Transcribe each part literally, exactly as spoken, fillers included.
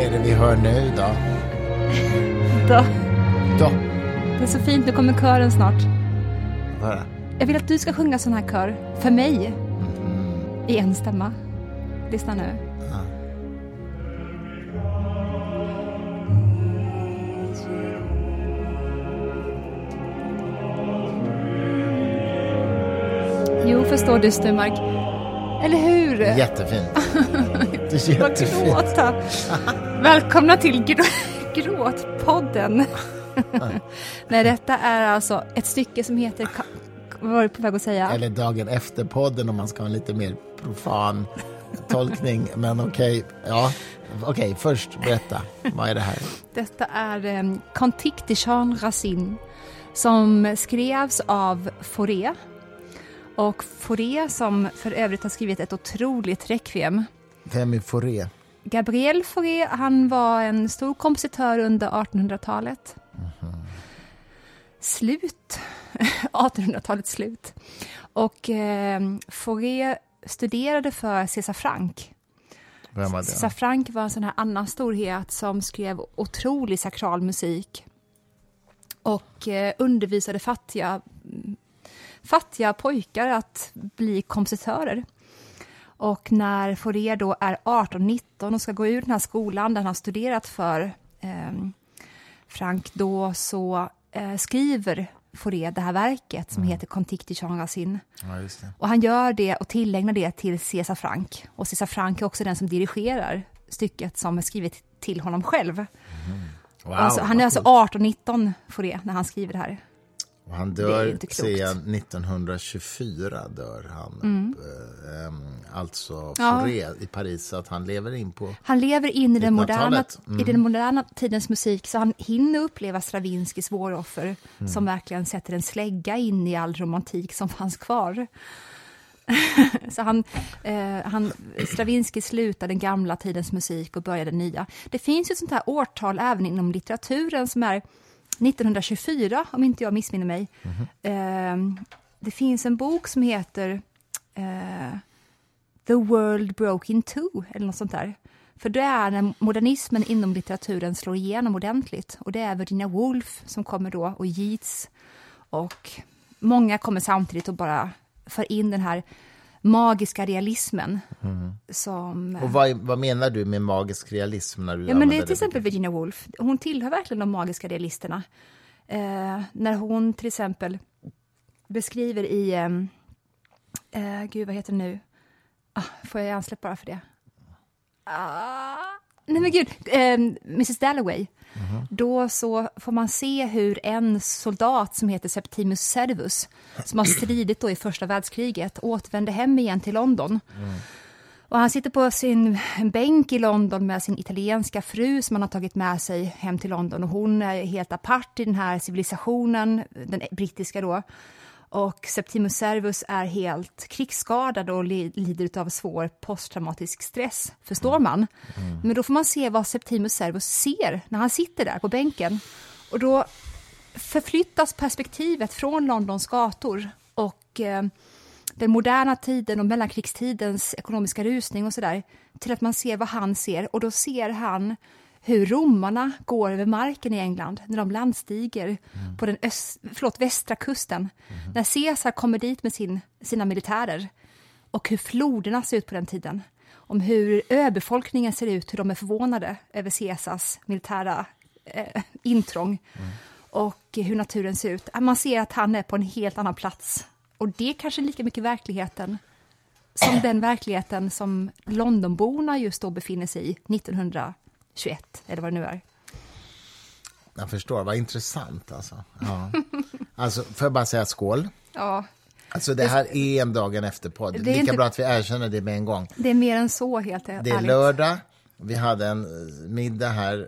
är det vi hör nu då? Då. Då. Det är så fint, nu kommer kören snart. Vad? Jag vill att du ska sjunga sån här kör för mig. Mm-hmm. I en stämma. Lyssna nu. Ja. Jo, förstår du, Sturmark. Eller hur? Jättefint. Det är jättefint. Gråta. Välkomna till grå- Gråtpodden. Nej, detta är alltså ett stycke som heter... Vad var du på väg att säga? Eller dagen efter podden om man ska ha en lite mer profan tolkning. Men okej, okay. ja. Okej, okay, först berätta. Vad är det här? Detta är um, Cantique de Jean Racine som skrevs av Fauré. Och Fauré som för övrigt har skrivit ett otroligt requiem. Vem är Fauré? Gabriel Fauré, han var en stor kompositör under artonhundratalet. Mm-hmm. Slut. artonhundratalets slut. Och eh, Fauré studerade för César Franck. Vem var det? César Franck var en sån här annan storhet som skrev otrolig sakral musik. Och eh, undervisade fattiga, fattiga pojkar att bli kompositörer. Och när Fauré då är arton nitton och ska gå ur den här skolan där han har studerat för eh, Franck, då så eh, skriver Fauré det här verket som mm. heter Cantique de Jean Racine. Ja, just det. Och han gör det och tillägnar det till César Franck. Och César Franck är också den som dirigerar stycket som är skrivet till honom själv. Mm. Wow, alltså, han är alltså arton nitton Fauré när han skriver det här. Och han dör, ser jag, nittonhundratjugofyra dör han. Mm. Äh, alltså Fauré ja. I Paris, så att han lever in på... Han lever in i den, moderna, mm. i den moderna tidens musik, så han hinner uppleva Stravinskys våroffer mm. som verkligen sätter en slägga in i all romantik som fanns kvar. Så han, eh, han, Stravinsky slutar den gamla tidens musik och börjar den nya. Det finns ju ett sånt här årtal även inom litteraturen som är nittonhundratjugofyra, om inte jag missminner mig. Mm-hmm. Eh, det finns en bok som heter eh, The World Broke in Two, eller något sånt där. För det är när modernismen inom litteraturen slår igenom ordentligt. Och det är Virginia Woolf som kommer då, och Yeats. Och många kommer samtidigt och bara för in den här magiska realismen. Mm. Som, och vad, vad menar du med magisk realism? När du ja, men det är till exempel Virginia Woolf. Hon tillhör verkligen de magiska realisterna. Eh, när hon till exempel beskriver i... Eh, gud, vad heter det nu? Ah, får jag ansläpp bara för det? Ah, nej men gud, eh, missus Dalloway. Mm-hmm. Då så får man se hur en soldat som heter Septimus Servus, som har stridit då i första världskriget, återvände hem igen till London. Mm. Och han sitter på sin bänk i London med sin italienska fru som han har tagit med sig hem till London. Och hon är helt apart i den här civilisationen, den brittiska då. Och Septimus Servus är helt krigsskadad och lider av svår posttraumatisk stress, förstår man. Mm. Men då får man se vad Septimus Servus ser när han sitter där på bänken. Och då förflyttas perspektivet från Londons gator och eh, den moderna tiden och mellankrigstidens ekonomiska rusning och sådär, till att man ser vad han ser. Och då ser han hur romarna går över marken i England när de landstiger mm. på den öst, förlåt, västra kusten. Mm. När Caesar kommer dit med sin, sina militärer, och hur floderna ser ut på den tiden. Om hur öbefolkningen ser ut, hur de är förvånade över Caesars militära eh, intrång. Mm. Och hur naturen ser ut. Man ser att han är på en helt annan plats. Och det är kanske lika mycket verkligheten som den verkligheten som Londonborna just då befinner sig i nittonhundratjugoett, eller vad det nu är. Jag förstår, vad intressant alltså. Ja. Alltså, får jag bara säga skål? Ja. Alltså det här är en dagen efter podd. Det är lika inte... bra att vi erkänner det med en gång. Det är mer än så, helt ärligt. Det är lördag. Vi hade en middag här,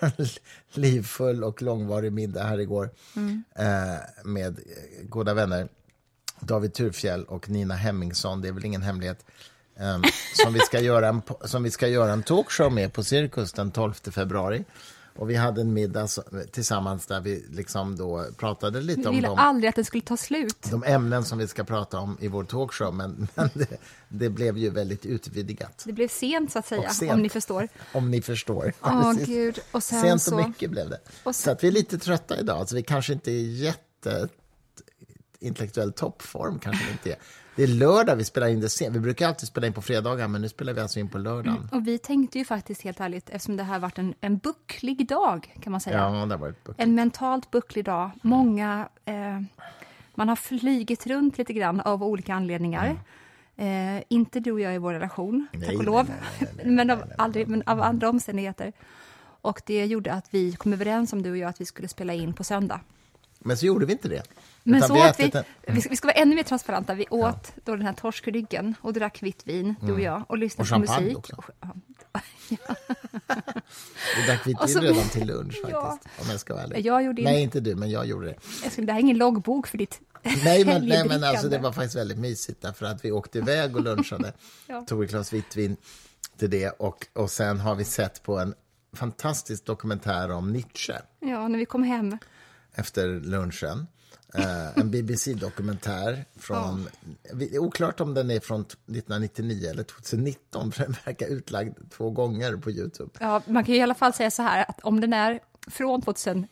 livfull och långvarig middag här igår mm. eh, med goda vänner. David Turfjell och Nina Hemmingsson, det är väl ingen hemlighet. Um, som, vi ska göra en, som vi ska göra en talkshow med på Cirkus den tolfte februari. Och vi hade en middag tillsammans där vi liksom då pratade lite om vi ville de, aldrig att den skulle ta slut. De ämnen som vi ska prata om i vår talkshow, men, men det, det blev ju väldigt utvidgat. Det blev sent så att säga, sent, om ni förstår. Om ni förstår. Åh, Gud. Och sen sent så... och mycket blev det. Och sen... Så att vi är lite trötta idag, så vi kanske inte är jätte intellektuell toppform, kanske vi inte är. Det är lördag vi spelar in det sen. Vi brukar alltid spela in på fredagar, men nu spelar vi alltså in på lördagen. Mm. Och vi tänkte ju faktiskt helt ärligt, eftersom det här varit en, en bucklig dag, kan man säga. Ja, det har varit bucklig. En mentalt bucklig dag. Många, eh, man har flygit runt lite grann av olika anledningar. Mm. Eh, inte du och jag i vår relation, nej, tack och lov. Nej, nej, nej, nej, men, av aldrig, men av andra omständigheter. Och det gjorde att vi kom överens om, du och jag, att vi skulle spela in på söndag. Men så gjorde vi inte det. Men så vi, åt vi, en... vi, ska, vi ska vara ännu mer transparenta. Vi åt ja. då den här torskryggen och drack vitt vin, du och jag, och lyssnade och på musik. Också. Och ja. Vi drack vitt vin redan till lunch faktiskt, ja. om jag ska vara ärlig. Jag gjorde Nej, inte du, men jag gjorde det. Jag skulle, det här är ingen loggbok för ditt Nej, men, nej, men alltså, det var faktiskt väldigt mysigt därför att vi åkte iväg och lunchade. ja. Tog ett glas vitt vin till det och, och sen har vi sett på en fantastisk dokumentär om Nietzsche. Ja, när vi kom hem. Efter lunchen. Uh, en B B C-dokumentär från... Oh. Oklart om den är från nittonhundranittionio eller tjugonitton, för den verkar utlagd två gånger på YouTube. Ja, man kan ju i alla fall säga så här, att om den är från tjugonitton...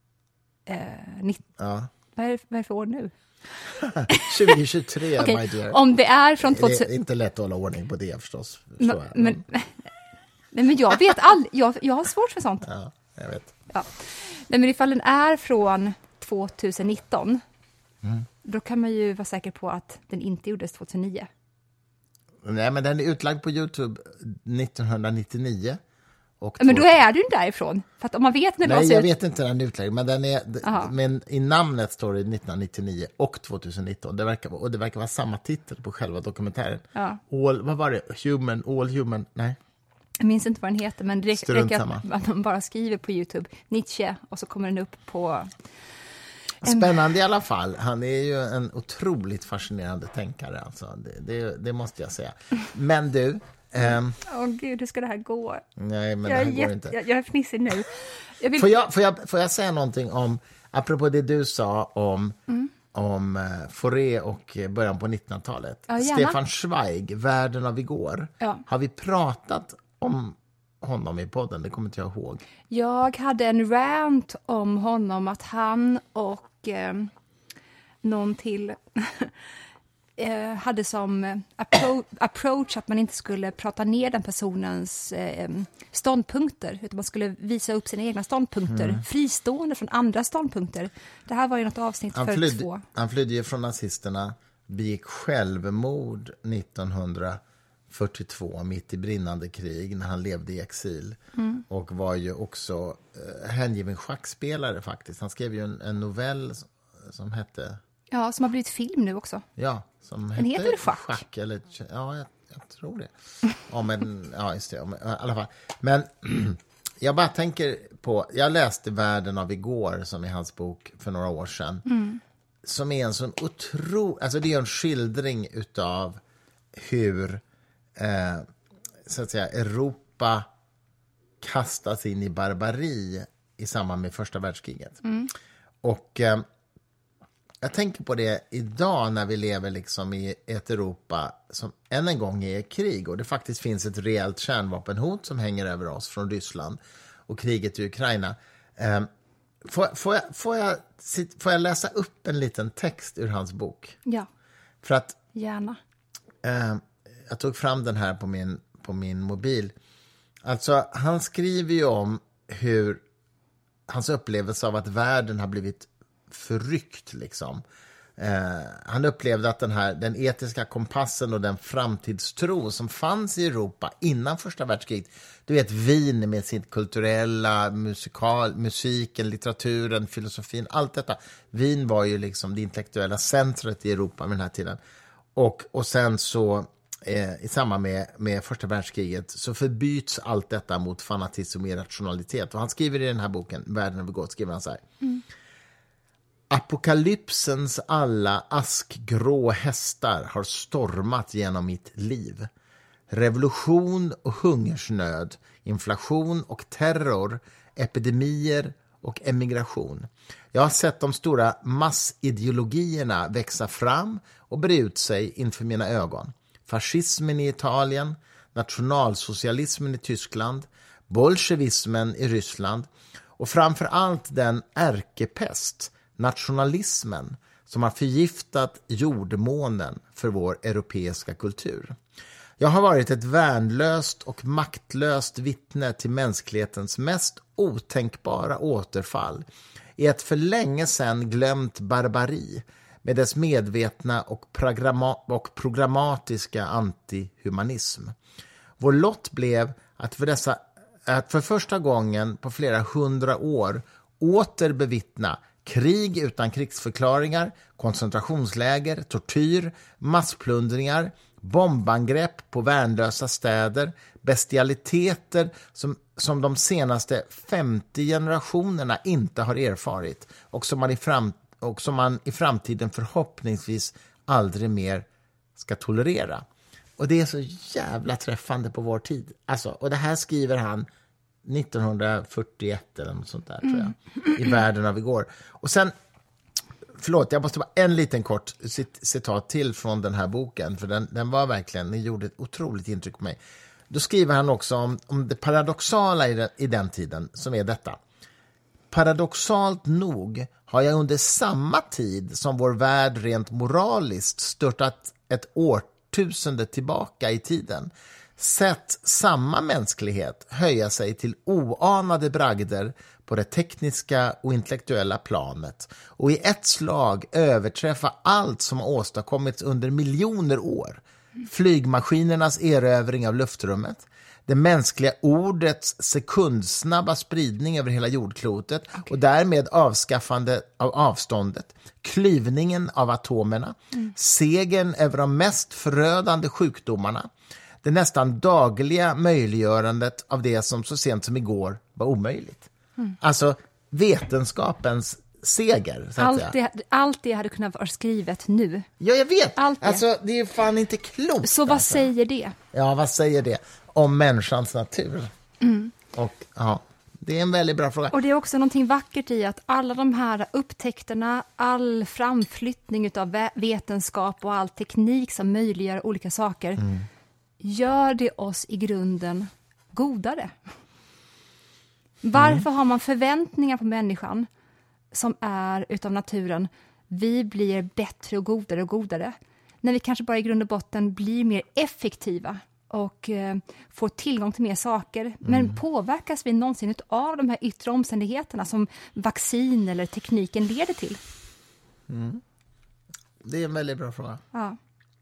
Ja. Vad är, vad är det för år nu? tjugohundratjugotre, okay. my dear. Om det är från tjugohundra... Det är inte lätt att hålla ordning på det förstås. Men, men, nej, men jag vet aldrig. Jag, jag har svårt för sånt. Ja, jag vet. Ja. Nej, men ifall den är från tjugonitton, mm. då kan man ju vara säker på att den inte gjordes tjugohundranio. Nej, men den är utlagd på YouTube nittonhundranittionio. Och men då är du därifrån. För att om man vet när det Nej, var så jag ut... vet inte när den är utlagd, men, den är, men i namnet står det nittonhundranittionio och tjugonitton. Det verkar, och det verkar vara samma titel på själva dokumentären. Ja. All, vad var det? Human, all human, nej. Jag minns inte vad den heter, men det räcker att man bara skriver på YouTube Nietzsche och så kommer den upp på... Spännande i alla fall. Han är ju en otroligt fascinerande tänkare. Alltså. Det, det, det måste jag säga. Men du... Åh um, oh, gud, hur ska det här gå? Nej, men jag det här går jätt, inte. Jag, jag är fnissig nu. Jag vill... får, jag, får, jag, får jag säga någonting om... Apropå det du sa om... Mm. om uh, Fauré och början på nittonhundratalet. Ja, Stefan Zweig, Världen av igår. Ja. Har vi pratat om honom i podden? Det kommer inte jag ihåg. Jag hade en rant om honom, att han och eh, någon till eh, hade som appro- approach att man inte skulle prata ner den personens eh, ståndpunkter, utan man skulle visa upp sina egna ståndpunkter, mm. fristående från andra ståndpunkter. Det här var ju något avsnitt han för flydde, två. Han flydde ju från nazisterna, begick självmord nittonhundrafyrtiotvå mitt i brinnande krig när han levde i exil. Mm. Och var ju också eh, hängiven schackspelare faktiskt. Han skrev ju en, en novell som hette... Ja, som har blivit film nu också. Ja, som hette heter det Schack. Schack eller, ja, jag, jag tror det. Ja, men, ja, just det. Ja, men, i alla fall. Men jag bara tänker på... Jag läste Världen av igår, som är hans bok för några år sedan. Mm. Som är en sån otro... Alltså det är en skildring utav hur eh, så att säga Europa kastas in i barbari i samband med första världskriget. Mm. Och eh, jag tänker på det idag när vi lever liksom i ett Europa som än en gång är i krig och det faktiskt finns ett reellt kärnvapenhot som hänger över oss från Ryssland och kriget i Ukraina. Eh, får, får, jag, får, jag, får jag läsa upp en liten text ur hans bok? Ja, för att, gärna. Eh, jag tog fram den här på min, på min mobil. Alltså, han skriver ju om hur hans upplevelse av att världen har blivit förryckt liksom. Eh, han upplevde att den här den etiska kompassen och den framtidstro som fanns i Europa innan första världskriget, du vet Wien med sitt kulturella, musikal, musiken, litteraturen, filosofin, allt detta. Wien var ju liksom det intellektuella centret i Europa med den här tiden. Och, och sen så eh, i samband med, med första världskriget så förbyts allt detta mot fanatism och irrationalitet. Och han skriver i den här boken, Världen av igår, skriver han så här. Mm. Apokalypsens alla askgrå hästar har stormat genom mitt liv. Revolution och hungersnöd, inflation och terror epidemier och emigration. Jag har sett de stora massideologierna växa fram och bre ut sig inför mina ögon. Fascismen i Italien, nationalsocialismen i Tyskland, bolsjevismen i Ryssland och framför allt den ärkepest, nationalismen, som har förgiftat jordmånen för vår europeiska kultur. Jag har varit ett värnlöst och maktlöst vittne till mänsklighetens mest otänkbara återfall i ett för länge sedan glömt barbari med dess medvetna och, programma- och programmatiska antihumanism. Vår lott blev att för, dessa, att för första gången på flera hundra år åter bevittna krig utan krigsförklaringar, koncentrationsläger, tortyr, massplundringar, bombangrepp på värnlösa städer, bestialiteter som, som de senaste femtio generationerna inte har erfarit och som, man i fram, och som man i framtiden förhoppningsvis aldrig mer ska tolerera. Och det är så jävla träffande på vår tid. Alltså, och det här skriver han nittonhundrafyrtioett eller något sånt där, tror jag, i Världen av igår. Och sen, förlåt, jag måste bara en liten kort citat till från den här boken, för den, den var verkligen, den gjorde ett otroligt intryck på mig. Då skriver han också om, om det paradoxala i den, i den tiden, som är detta. Paradoxalt nog har jag under samma tid som vår värld rent moraliskt störtat ett årtusende tillbaka i tiden sett samma mänsklighet höja sig till oanade bragder på det tekniska och intellektuella planet och i ett slag överträffa allt som har åstadkommits under miljoner år. Flygmaskinernas erövring av luftrummet, det mänskliga ordets sekundsnabba spridning över hela jordklotet okay. och därmed avskaffande av avståndet, klyvningen av atomerna, mm. segern över de mest förödande sjukdomarna, det nästan dagliga möjliggörandet av det som så sent som igår var omöjligt. Mm. Alltså vetenskapens seger. Så att allt, säga. Det, allt det hade kunnat vara skrivet nu. Ja, jag vet. Allt det. Alltså, det är fan inte klokt. Så vad alltså. säger det? Ja, vad säger det om människans natur? Mm. Och ja, det är en väldigt bra fråga. Och det är också någonting vackert i att alla de här upptäckterna, all framflyttning av vetenskap och all teknik som möjliggör olika saker mm. gör det oss i grunden godare. Varför mm. har man förväntningar på människan som är utav naturen? Vi blir bättre och godare och godare. När vi kanske bara i grund och botten blir mer effektiva och eh, får tillgång till mer saker. Mm. Men påverkas vi någonsin av de här yttre omständigheterna som vaccin eller tekniken leder till? Mm. Det är en väldigt bra fråga. Ja.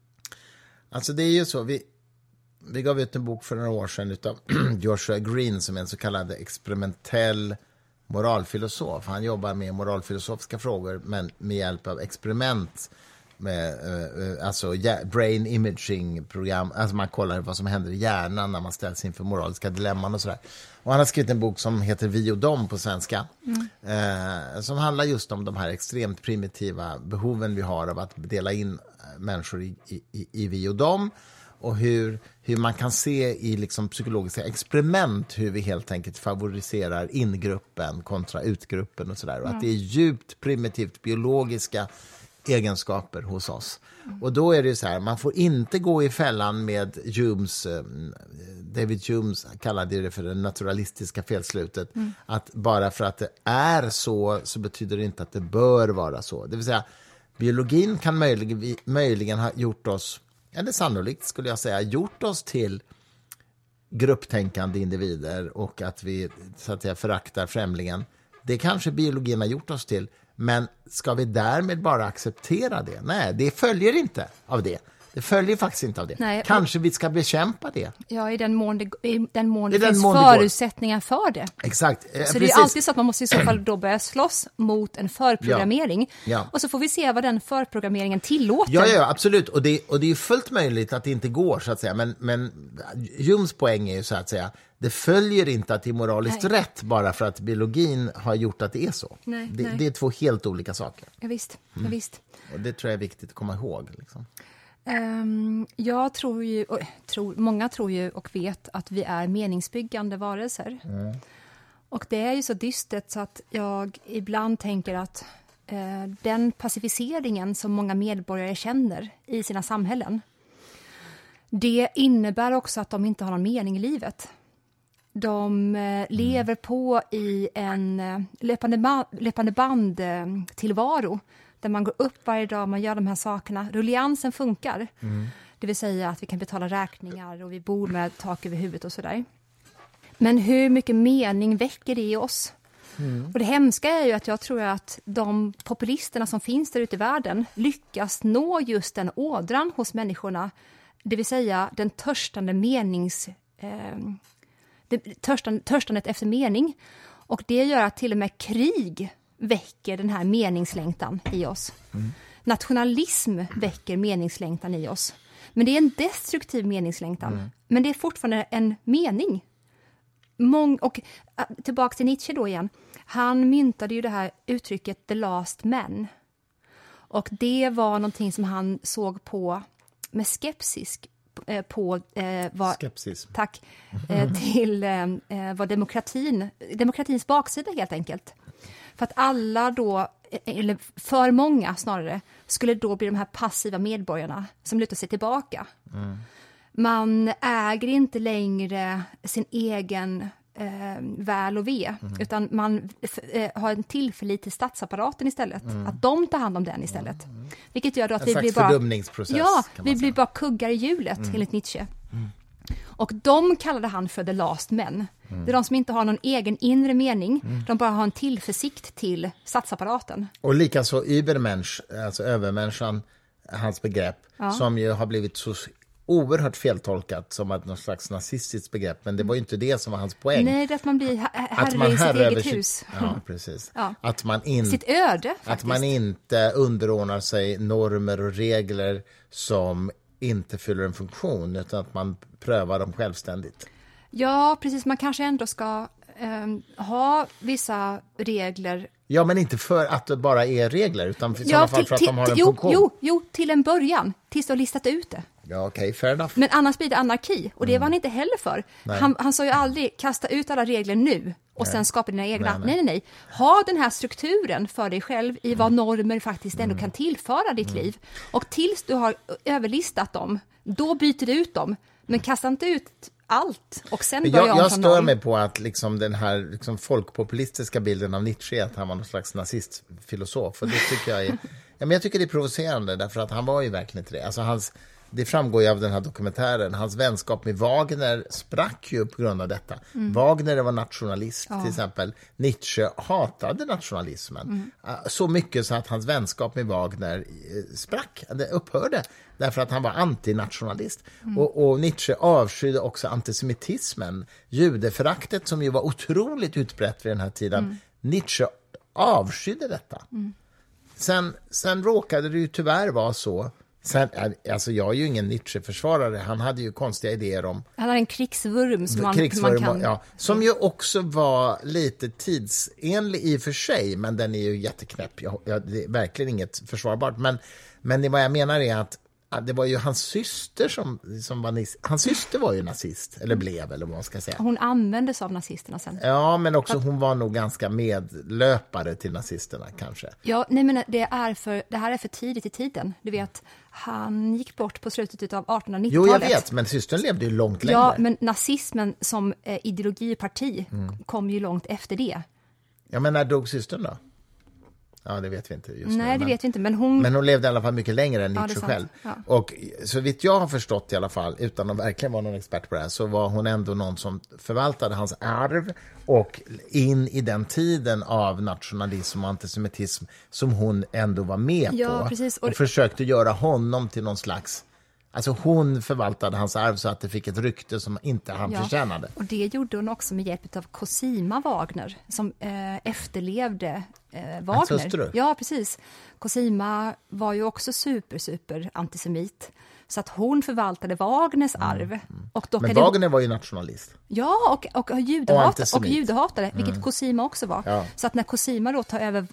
Alltså det är ju så, vi Vi gav ut en bok för några år sedan utav Joshua Green som är en så kallad experimentell moralfilosof. Han jobbar med moralfilosofiska frågor men med hjälp av experiment med eh, alltså brain imaging program. Alltså man kollar vad som händer i hjärnan när man ställs inför moraliska dilemman och sådär. Och han har skrivit en bok som heter Vi och dom på svenska. Mm. Eh, som handlar just om de här extremt primitiva behoven vi har av att dela in människor i, i, i vi och dom. Och hur, hur man kan se i liksom psykologiska experiment hur vi helt enkelt favoriserar ingruppen kontra utgruppen och sådär. Och mm. att det är djupt primitivt biologiska egenskaper hos oss. Mm. Och då är det ju så här, man får inte gå i fällan med Humes, David Humes kallade det för det naturalistiska felslutet. Mm. Att bara för att det är så så betyder det inte att det bör vara så. Det vill säga, biologin kan möjligen, möjligen ha gjort oss, eller sannolikt skulle jag säga, gjort oss till grupptänkande individer och att vi så att säga föraktar främlingen. Det kanske biologin har gjort oss till, men ska vi därmed bara acceptera det? Nej, det följer inte av det. Det följer faktiskt inte av det. Nej, kanske vi ska bekämpa det. Ja, i den mån det, i den mån det I finns mån förutsättningar det för det. Exakt. Så Precis. Det är alltid så att man måste i så fall då börja slåss mot en förprogrammering. Ja. Ja. Och så får vi se vad den förprogrammeringen tillåter. Ja, ja absolut. Och det, och det är fullt möjligt att det inte går, så att säga. Men, men Humes poäng är ju så att säga, det följer inte att det är moraliskt nej. rätt bara för att biologin har gjort att det är så. Nej, det, nej. det är två helt olika saker. Ja, visst. Ja, mm. visst. Och det tror jag är viktigt att komma ihåg, liksom. Um, jag tror ju, och, tror, många tror ju och vet att vi är meningsbyggande varelser. Mm. Och det är ju så dystert så att jag ibland tänker att eh, den pacificeringen som många medborgare känner i sina samhällen, det innebär också att de inte har någon mening i livet. De eh, lever på i en eh, löpande, ba- löpande band eh, tillvaro där man går upp varje dag, man gör de här sakerna. Rulliansen funkar, mm. det vill säga att vi kan betala räkningar och vi bor med tak över huvudet och sådär. Men hur mycket mening väcker det i oss? Mm. Och det hemska är ju att jag tror att de populisterna som finns där ute i världen lyckas nå just den ådran hos människorna, det vill säga den törstande menings... Eh, det törstan, törstandet efter mening. Och det gör att till och med krig väcker den här meningslängtan i oss. Mm. Nationalism väcker meningslängtan i oss. Men det är en destruktiv meningslängtan. Mm. Men det är fortfarande en mening. Mång, och tillbaka till Nietzsche då igen. Han myntade ju det här uttrycket the last man. Och det var någonting som han såg på med skepsis på eh, vad, skepsis. Tack, eh, till eh, vad demokratin, demokratins baksida helt enkelt. För att alla då, eller för många snarare, skulle då bli de här passiva medborgarna som lutar sig tillbaka. Mm. Man äger inte längre sin egen eh, väl och ve, mm. utan man f- eh, har en tillförlit till statsapparaten istället. Mm. Att de tar hand om den istället. Mm. Vilket gör då att en vi blir bara... fördumningsprocess. Ja, vi blir bara kuggar i hjulet, mm. enligt Nietzsche. Mm. Och de kallade han för the last men. Mm. Det är de som inte har någon egen inre mening. Mm. De bara har en tillförsikt till statsapparaten. Och likaså Übermensch, alltså övermänniskan, hans begrepp, ja. Som ju har blivit så oerhört feltolkat som ett någon slags nazistiskt begrepp, men det var ju inte det som var hans poäng. Nej, det är att man blir herre i sitt eget sitt, hus. Ja, precis. Ja. Att man in, sitt öde, faktiskt. Att man inte underordnar sig normer och regler som inte fyller en funktion, utan att man prövar dem självständigt. Ja, precis. Man kanske ändå ska eh, ha vissa regler. Ja, men inte för att det bara är regler, utan i ja, sådana fall till, för att till, de har en jo, funktion. Jo, jo, till en början, tills du har listat ut det. Ja, okej, okay, fair enough. Men annars blir det anarki, och det mm. var han inte heller för. Han, han sa ju aldrig, kasta ut alla regler nu och nej. Sen skapa dina egna. Nej, nej, nej, nej. Ha den här strukturen för dig själv i vad normer faktiskt ändå mm. kan tillföra ditt mm. liv. Och tills du har överlistat dem, då byter du ut dem. Men kasta inte ut allt och sen börja jag, om jag från stör någon. mig på att liksom den här liksom folkpopulistiska bilden av Nietzsche, att han var någon slags nazistfilosof, och det tycker jag är, ja, men jag tycker det är provocerande, därför att han var ju verkligen inte det. Alltså hans, det framgår ju av den här dokumentären, hans vänskap med Wagner sprack ju på grund av detta. Mm. Wagner var nationalist, ja. Till exempel. Nietzsche hatade nationalismen. Mm. Så mycket så att hans vänskap med Wagner sprack, det upphörde. Därför att han var antinationalist. Mm. Och, och Nietzsche avskydde också antisemitismen. Judeföraktet som ju var otroligt utbrett vid den här tiden. Mm. Nietzsche avskydde detta. Mm. Sen, sen råkade det ju tyvärr vara så. Sen, alltså jag är ju ingen Nietzsche-försvarare. Han hade ju konstiga idéer om... Han har en krigsvurm som man, krigsvurm, man kan... Ja, som ju också var lite tidsenlig i och för sig. Men den är ju jätteknäpp. Jag, jag, det är verkligen inget försvarbart. Men, men det, vad jag menar är att det var ju hans syster som, som var nazist. Hans syster var ju nazist, eller blev, eller vad man ska säga. Hon användes av nazisterna sen. Ja, men också hon var nog ganska medlöpare till nazisterna kanske. Ja, nej, men det, är för, det här är för tidigt i tiden. Du vet, han gick bort på slutet av artonhundranittiotalet. Jo, jag vet, men systern levde ju långt längre. Ja, men nazismen som eh, ideologiparti mm. kom ju långt efter det. Ja, men när dog systern då? Ja, det vet vi inte just Nej, nu. det men, vet vi inte, men hon... Men hon levde i alla fall mycket längre än Nietzsche ja, själv. Ja. Och så vitt jag har förstått i alla fall, utan att verkligen vara någon expert på det här, så var hon ändå någon som förvaltade hans arv och in i den tiden av nationalism och antisemitism som hon ändå var med ja, på. Precis. Och, och försökte göra honom till någon slags... Alltså hon förvaltade hans arv så att det fick ett rykte som inte han ja, förtjänade. Och det gjorde hon också med hjälp av Cosima Wagner som eh, efterlevde eh, Wagner. Ja, precis. Cosima var ju också super, super antisemit. Så att hon förvaltade Wagners arv. Mm. Och då Men det... Wagner var ju nationalist. Ja, och, och, och, judehat, och, och judehatare, vilket mm. Cosima också var. Ja. Så att när Cosima då tar över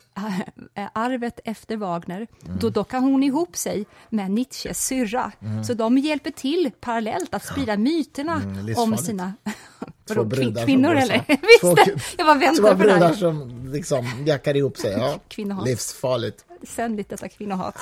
arvet efter Wagner, mm. då, då kan hon ihop sig med Nietzsches syrra. Mm. Så de hjälper till parallellt att sprida myterna mm, om sina... Två Vadå, brudar kvinnor eller? Visst, två, jag bara väntar två brudar som liksom jackar ihop sig. Ja. Kvinnohat. Livsfarligt. Sändigt detta kvinnohat.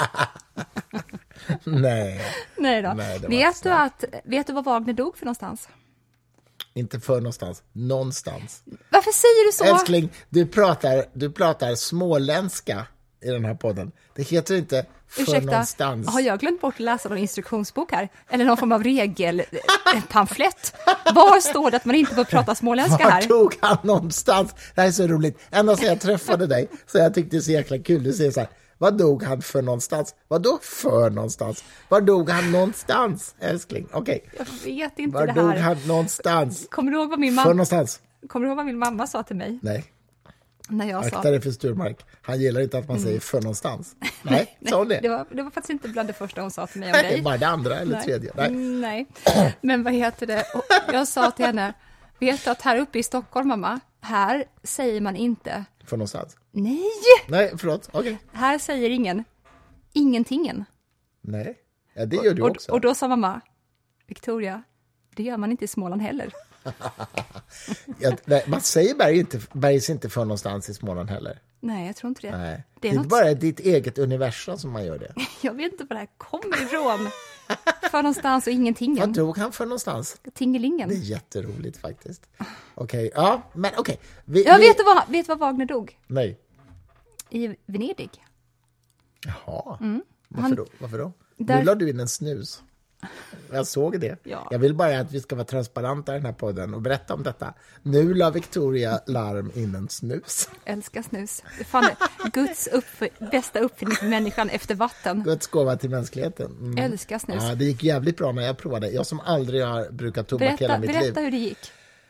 Nej. Nej då. Nej, vet, du att, vet du var Wagner dog för någonstans? Inte för någonstans. Någonstans. Varför säger du så? Älskling, du pratar, du pratar småländska i den här podden. Det heter inte för Ursäkta, någonstans. Har jag glömt bort att läsa någon instruktionsbok här? Eller någon form av regelpamflett? Var står det att man inte får prata småländska här? Var tog han någonstans? Det här är så roligt. Ända sedan jag träffade dig så jag tyckte det var så jäkla kul. Du säger så här, vad dog han för någonstans? Vad då för någonstans? Var dog han någonstans, älskling? Okej. Okay. Jag vet inte var det här. Var dog han någonstans? Kommer du ihåg vad min mamma... För någonstans? Kommer du ihåg vad min mamma sa till mig? Nej. När jag Akta sa... dig för Sturmark. Han gillar inte att man säger för någonstans. Nej, sa hon det? Det var, det var faktiskt inte bland det första hon sa till mig om dig. Bara det andra eller Nej. tredje. Nej. Nej. Men vad heter det? Och jag sa till henne, vet du att här uppe i Stockholm, mamma, här säger man inte... För någonstans? Nej! Nej, förlåt. Okej. Okay. Här säger ingen ingentingen. Nej, ja, det gör du och, också. Och då sa mamma, Victoria, det gör man inte i Småland heller. ja, nej, man säger berg inte, bergs inte för någonstans i Småland heller. Nej, jag tror inte det. Nej. Det är, det är något... bara ditt eget universum som man gör det. Jag vet inte var det här kommer ifrån. För någonstans och ingentingen. Vad drog han för någonstans? Tingelingen. Det är jätteroligt faktiskt. Okej, okay. ja, men okej. Okay. Jag vi... vet du vad, vet vad Wagner dog? Nej. I Venedig. Jaha, mm. varför Han... då? Varför då? Där... Nu la du in en snus. Jag såg det. Ja. Jag vill bara att vi ska vara transparenta i den här podden och berätta om detta. Nu la Victoria Larm in en snus. Älskar snus. Det fan Guds upp- bästa uppfinning för människan efter vatten. Guds gåva till mänskligheten. Mm. Älskar snus. Ja, det gick jävligt bra när jag provade. Jag som aldrig har brukat tobak berätta, hela mitt berätta liv. Berätta hur det gick.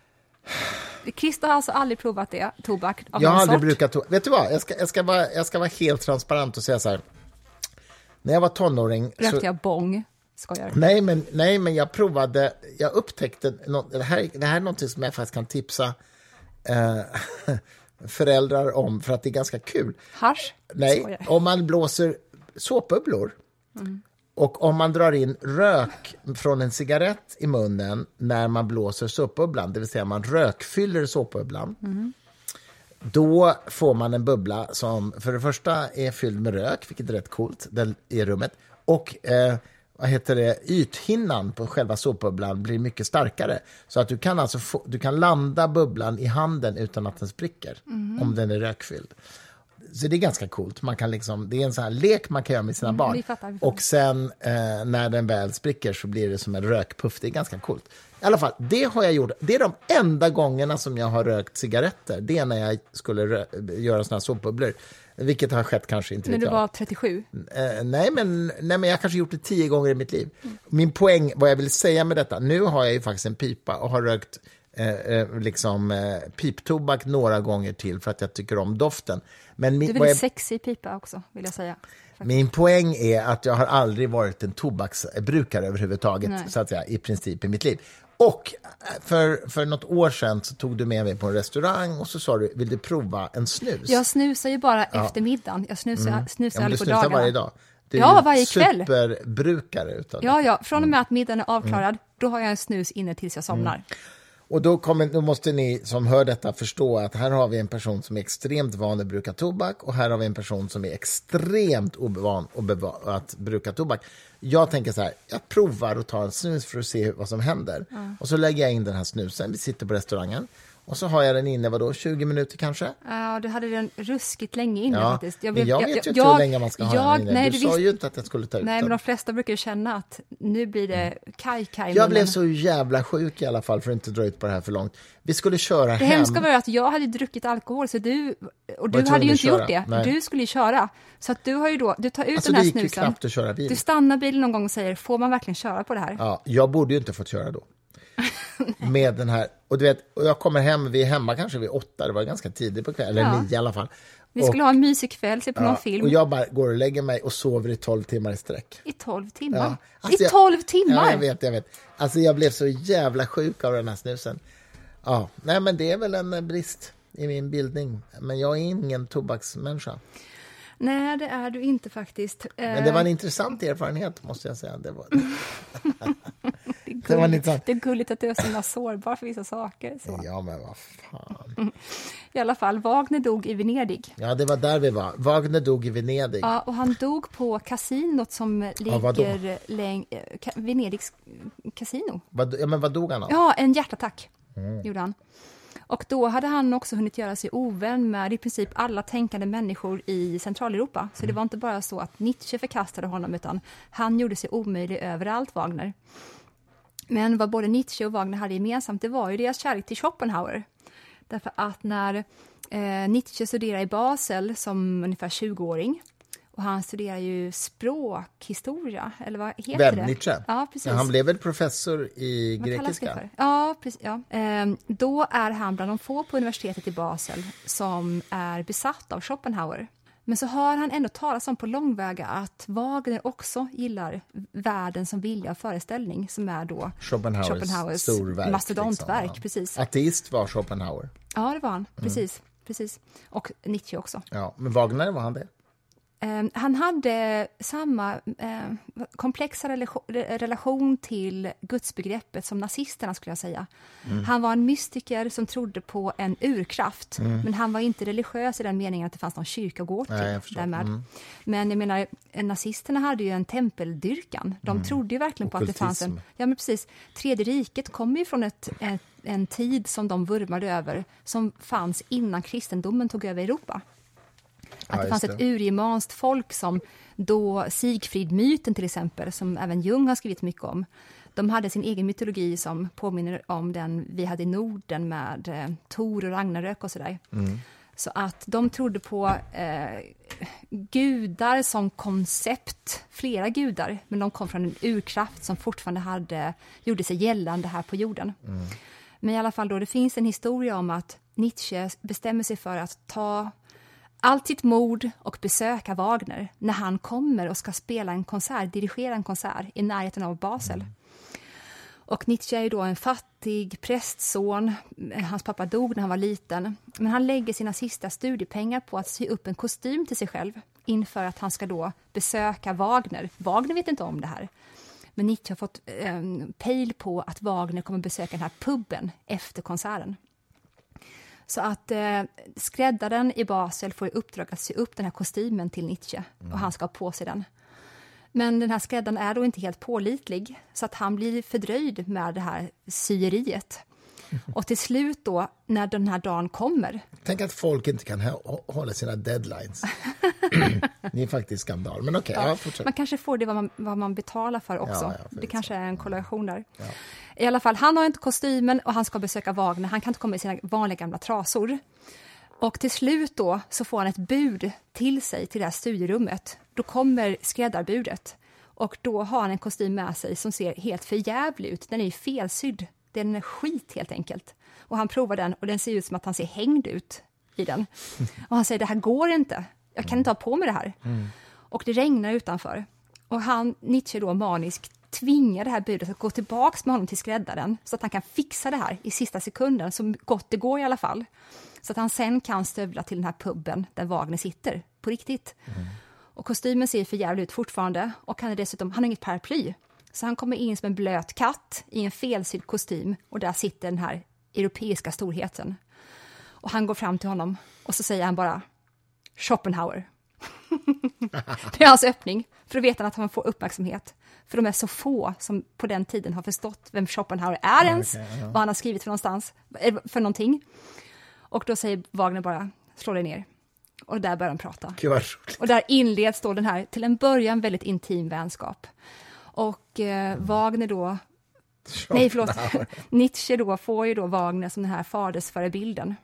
Christer har alltså aldrig provat det, tobak av Jag någon har aldrig sort. brukat tobak. Vet du vad? Jag ska, jag, ska vara, jag ska vara helt transparent och säga så här. När jag var tonåring... Rökte så... jag bong? Skojar. Nej men, nej, men jag provade... Jag upptäckte... Något, det, här, det här är något som jag faktiskt kan tipsa eh, föräldrar om. För att det är ganska kul. Hasch? Nej, Skojar. om man blåser såpbubblor. Mm. Och om man drar in rök från en cigarett i munnen när man blåser såpbubblan, det vill säga man rökfyller såpbubblan, mm. då får man en bubbla som för det första är fylld med rök, vilket är rätt coolt i rummet, och eh, vad heter det, ythinnan på själva såpbubblan blir mycket starkare. Så att du kan alltså få, du kan landa bubblan i handen utan att den spricker, mm. om den är rökfylld. Så det är ganska coolt. Man kan liksom, det är en sån här lek man kan göra med sina mm, barn. Vi fattar, vi fattar. Och sen eh, när den väl spricker så blir det som en rökpuff. Det är ganska coolt. I alla fall, det har jag gjort. Det är de enda gångerna som jag har rökt cigaretter. Det är när jag skulle rö- göra såna här såpbubblor. Vilket har skett kanske inte. När du var trettiosju? Eh, nej, men, nej, men jag har kanske gjort det tio gånger i mitt liv. Mm. Min poäng, vad jag vill säga med detta. Nu har jag ju faktiskt en pipa och har rökt eh, liksom eh, piptobak några gånger till för att jag tycker om doften. Men min, du är väldigt jag, sexig pipa också, vill jag säga. Faktiskt. Min poäng är att jag har aldrig varit en tobaksbrukare överhuvudtaget, Nej. så att säga, i princip i mitt liv. Och för, för något år sedan så tog du med mig på en restaurang och så sa du, vill du prova en snus? Jag snusar ju bara ja. efter middagen. Jag snusar, mm. snusar ja, aldrig på dagarna. Varje dag. Du är ja, varje kväll. Superbrukare utav ja, ja, från och med att middagen är avklarad, mm. då har jag en snus inne tills jag somnar. Mm. Och då, kommer, då måste ni som hör detta förstå att här har vi en person som är extremt van att bruka tobak och här har vi en person som är extremt ovan att bruka tobak. Jag tänker så här, jag provar att ta en snus för att se vad som händer. Mm. Och så lägger jag in den här snusen, vi sitter på restaurangen. Och så har jag den inne, vadå, tjugo minuter kanske? Ja, du hade den ruskigt länge inne ja, faktiskt. Jag, blev, jag vet jag, ju inte jag, hur länge man ska jag, ha den inne. Nej, du du sa visst, ju inte att jag skulle ta ut nej, den. men de flesta brukar ju känna att nu blir det kaj, kaj. Jag blev så jävla sjuk i alla fall för att inte dra ut på det här för långt. Vi skulle köra det hem. Det hemska var att jag hade druckit alkohol så du, och du hade ju inte köra. gjort det. Nej. Du skulle ju köra. Så att du har ju då, du tar ut alltså, den här det gick snusen. Ju knappt att köra bil. Du stannar bilen någon gång och säger, får man verkligen köra på det här? Ja, jag borde ju inte fått köra då. Med den här, och du vet, och jag kommer hem, vi är hemma kanske vid åtta, det var ganska tidigt på kvällen, eller ja. nio i alla fall. Vi skulle och, ha en mysig kväll, se på ja, någon film. Och jag bara går och lägger mig och sover i tolv timmar i sträck. I tolv timmar? Ja. Alltså I tolv timmar? Ja, jag vet, jag vet. Alltså jag blev så jävla sjuk av den här snusen. Ja, nej men det är väl en brist i min bildning. Men jag är ingen tobaksmänniska. Nej, det är du inte faktiskt. Men det var en intressant erfarenhet, måste jag säga. Det var... Det är gulligt, det, det är gulligt att du är så himla sårbar för vissa saker. Så. Ja, men vad fan. Mm. I alla fall, Wagner dog i Venedig. Ja, det var där vi var. Wagner dog i Venedig. Ja, och han dog på kasinot som ligger ja, läng... Venedigs kasino. Vad, ja, men vad dog han av? Ja, en hjärtattack mm. gjorde han. Och då hade han också hunnit göra sig ovän med i princip alla tänkande människor i Centraleuropa. Så mm. det var inte bara så att Nietzsche förkastade honom, utan han gjorde sig omöjlig överallt, Wagner. Men vad både Nietzsche och Wagner hade gemensamt, det var ju deras kärlek till Schopenhauer. Därför att när eh, Nietzsche studerade i Basel som ungefär tjugoåring, och han studerar ju språkhistoria, eller vad heter Vem, det? Nietzsche? Ja, precis. Ja, han blev väl professor i vad grekiska? Ja, precis. Ja. Ehm, då är han bland de få på universitetet i Basel som är besatt av Schopenhauer. Men så hör han ändå talas om på långväga att Wagner också gillar världen som vilja och föreställning, som är då Schopenhauers, Schopenhauers storverk, mastodontverk. Liksom, ja. Precis. Ateist var Schopenhauer. Ja, det var han. Precis. Mm. precis. Och Nietzsche också. Ja, men Wagner, var han det? Um, han hade samma uh, komplexa relation, relation till gudsbegreppet som nazisterna, skulle jag säga. Mm. Han var en mystiker som trodde på en urkraft, mm. men han var inte religiös i den meningen att det fanns någon kyrka att gå till. Nej, jag därmed. Mm. Men jag menar, nazisterna hade ju en tempeldyrkan. De mm. trodde ju verkligen på Okultism. Att det fanns en... Ja, men precis. Tredje riket kom ju från ett, ett, en tid som de vurmade över, som fanns innan kristendomen tog över Europa. Att det ja, fanns det. Ett urgermanskt folk som då Sigfrid-myten till exempel, som även Jung har skrivit mycket om. De hade sin egen mytologi som påminner om den vi hade i Norden med eh, Tor och Ragnarök och sådär. Mm. Så att de trodde på eh, gudar som koncept, flera gudar, men de kom från en urkraft som fortfarande hade, gjorde sig gällande här på jorden. Mm. Men i alla fall då, det finns en historia om att Nietzsche bestämmer sig för att ta allt sitt mod och besöka Wagner när han kommer och ska spela en konsert, dirigera en konsert i närheten av Basel. Mm. Och Nietzsche är ju då en fattig prästson. Hans pappa dog när han var liten. Men han lägger sina sista studiepengar på att sy upp en kostym till sig själv inför att han ska då besöka Wagner. Wagner vet inte om det här. Men Nietzsche har fått eh, pejl på att Wagner kommer besöka den här pubben efter konserten. Så att eh, skräddaren i Basel får i uppdrag att sy upp den här kostymen till Nietzsche. Mm. Och han ska ha på sig den. Men den här skräddaren är då inte helt pålitlig. Så att han blir fördröjd med det här syeriet. Mm. Och till slut då, när den här dagen kommer. Tänk att folk inte kan hålla sina deadlines. Det är faktiskt skandal. Men okej, okay, ja, ja, man kanske får det vad man, vad man betalar för också. Ja, ja, det kanske är en korrelation där. Ja. I alla fall, han har inte kostymen och han ska besöka Wagner. Han kan inte komma i sina vanliga gamla trasor. Och till slut då så får han ett bud till sig till det här studierummet. Då kommer skräddarbudet. Och då har han en kostym med sig som ser helt förjävlig ut. Den är ju felsydd. Den är skit helt enkelt. Och han provar den och den ser ut som att han ser hängd ut i den. Och han säger, det här går inte. Jag kan inte ha på mig det här. Mm. Och det regnar utanför. Och han, Nietzsche då manisk, tvingar det här budet att gå tillbaka med honom till skräddaren. Så att han kan fixa det här i sista sekunden. Så gott det går i alla fall. Så att han sen kan stövla till den här pubben där Wagner sitter. På riktigt. Mm. Och kostymen ser för jävligt ut fortfarande. Och han är dessutom, han har inget paraply. Så han kommer in som en blöt katt i en felsydd kostym. Och där sitter den här europeiska storheten. Och han går fram till honom. Och så säger han bara Schopenhauer. Det är hans öppning. För att veta att han får uppmärksamhet. För de är så få som på den tiden har förstått vem Schopenhauer är ens. Okay, ja. Vad han har skrivit för någonstans. För någonting. Och då säger Wagner bara, slå dig ner. Och där börjar de prata. Och där inleds då den här till en början väldigt intim vänskap. Och eh, Wagner då... Nej, förlåt. Nietzsche då får ju då Wagner som den här fadersförebilden.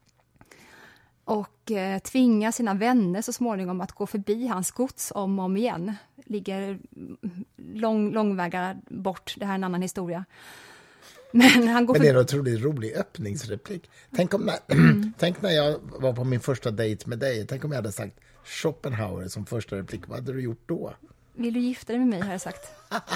Och eh, tvingar sina vänner så småningom att gå förbi hans gods om och om igen. Ligger lång, långväga bort, det här är en annan historia. Men, han går Men det är en otroligt rolig öppningsreplik. Tänk, om när, mm. tänk när jag var på min första dejt med dig. Tänk om jag hade sagt Schopenhauer som första replik. Vad hade du gjort då? Vill du gifta dig med mig, har jag sagt.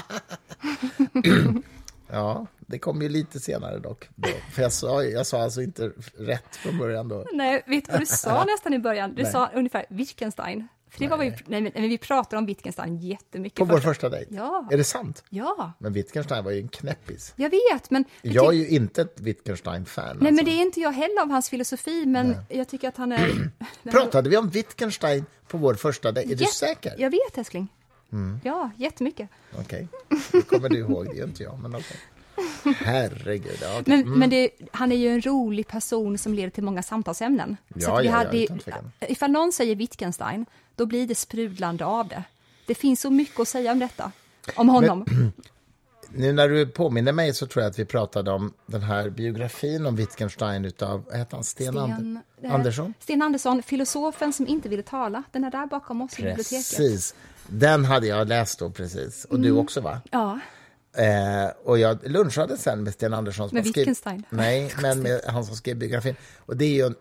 Ja, det kom ju lite senare dock. Då. För jag sa, jag sa alltså inte rätt från början då. Nej, vet du vad du sa nästan i början? Du Nej. sa ungefär Wittgenstein. För det var vi, nej, men vi pratade om Wittgenstein jättemycket. På vår första dejt? Ja. Är det sant? Ja. Men Wittgenstein var ju en knäppis. Jag vet, men... Jag är ju inte ett Wittgenstein-fan. Nej, alltså. men det är inte jag heller av hans filosofi, men nej. Jag tycker att han är... Pratade vi om Wittgenstein på vår första dejt? Är Jätte... du säker? Jag vet, älskling. Mm. Ja, jättemycket. Okej, okay. Det kommer du ihåg, det är inte jag, men okej. Okay. Herregud, okay. Men, mm. men det, han är ju en rolig person som leder till många samtalsämnen. Ja, så att vi ja, hade, ja, ifall någon säger Wittgenstein, då blir det sprudlande av det. Det finns så mycket att säga om detta, om honom. Men, nu när du påminner mig så tror jag att vi pratade om den här biografin om Wittgenstein utav, vad heter han, Sten, Sten And- eh, Andersson? Sten Andersson, filosofen som inte ville tala. Den är där bakom oss i biblioteket. Precis, den hade jag läst då precis. Och mm. du också, va? Ja. Eh, och jag lunchade sen med Sten Andersson. Med Wittgenstein? Nej, men med han som skrev biografin. Och det är ju en,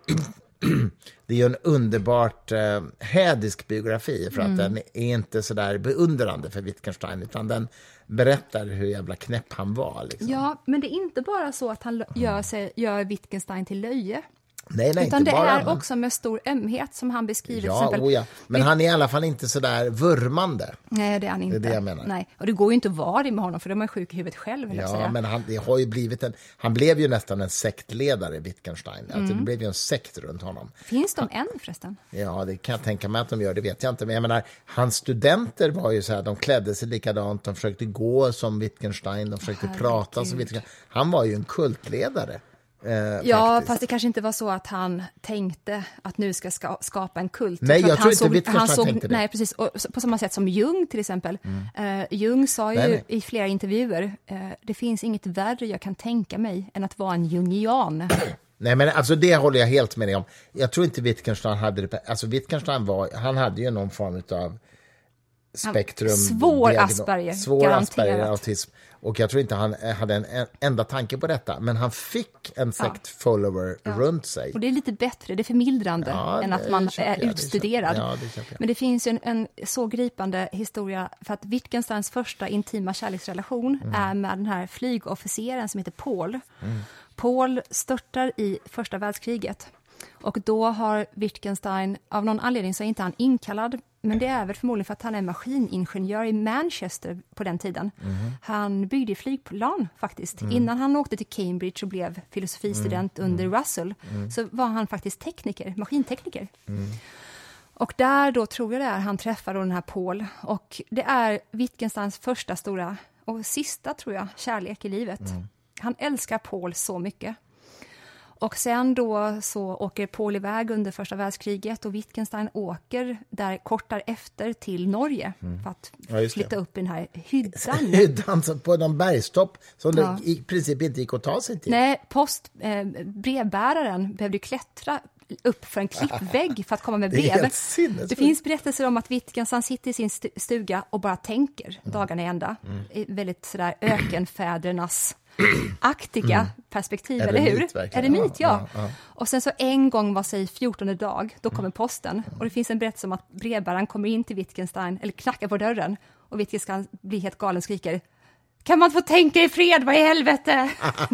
det är ju en underbart eh, hädisk biografi, för att mm. den är inte så där beundrande för Wittgenstein, utan den berättar hur jävla knäpp han var. Liksom. Ja, men det är inte bara så att han gör, sig, gör Wittgenstein till löje. Nej, nej, utan inte det bara, är men... också med stor ömhet som han beskriver. Ja, till exempel. Oh ja. Men han är i alla fall inte så där vurmande. Nej, det är han inte. Det är det jag menar. Nej. Och det går ju inte att vara det med honom, för de är sjuk i huvudet själv. Ja, säga. men han, det har ju blivit en, han blev ju nästan en sektledare, Wittgenstein. Alltså, mm. Det blev ju en sekt runt honom. Finns de än förresten? Ja, det kan jag tänka mig att de gör, det vet jag inte. Men jag menar, hans studenter var ju så här, de klädde sig likadant, de försökte gå som Wittgenstein, de försökte Herregud. prata som Wittgenstein. Han var ju en kultledare. Eh, ja, faktiskt. Fast det kanske inte var så att han tänkte att nu ska ska skapa en kult. Nej, jag, jag tror inte såg, Wittgenstein han såg, tänkte det. Nej, precis. Och på samma sätt som Jung till exempel. Mm. Uh, Jung sa ju nej, nej. i flera intervjuer, uh, det finns inget värre jag kan tänka mig än att vara en jungian. Nej, men alltså det håller jag helt med dig om. Jag tror inte Wittgenstein hade det. Alltså Wittgenstein var, han hade ju någon form av spektrum. Svår diagnos, Asperger, svår Asperger, autism. Och jag tror inte han hade en, en enda tanke på detta. Men han fick en sekt-follower ja. runt sig. Och det är lite bättre, det är förmildrande ja, än att man är jag, utstuderad. Det ja, det men det finns ju en, en så gripande historia, för att Wittgensteins första intima kärleksrelation mm. är med den här flygofficeren som heter Paul. Mm. Paul störtar i första världskriget. Och då har Wittgenstein, av någon anledning så är inte han inkallad, men det är väl förmodligen för att han är maskiningenjör i Manchester på den tiden. Mm. Han byggde flygplan faktiskt. Mm. Innan han åkte till Cambridge och blev filosofistudent mm. under Russell mm. så var han faktiskt tekniker, maskintekniker. Mm. Och där då tror jag det är han träffar då den här Paul. Och det är Wittgensteins första stora och sista tror jag kärlek i livet. Mm. Han älskar Paul så mycket. Och sen då så åker Paul iväg under första världskriget och Wittgenstein åker där kort därefter till Norge mm. för att ja, flytta upp i den här hyddan. Hyddan på någon bergstopp som ja. det i princip inte gick att ta sig till. Nej, post, eh, brevbäraren behövde klättra upp för en klippvägg för att komma med brev. Det, det finns berättelser om att Wittgenstein sitter i sin stuga och bara tänker mm. dagarna i ända. Mm. I väldigt sådär ökenfädernas aktiga mm. perspektiv, är eller hur? Myt, är det myt, ja. ja, ja. Och sen så en gång var sig fjortonde dag, då kommer posten. Och det finns en berättelse om att brevbäraren kommer in till Wittgenstein, eller knackar på dörren. Och Wittgenstein blir helt galen och skriker: kan man få tänka i fred, vad i helvete?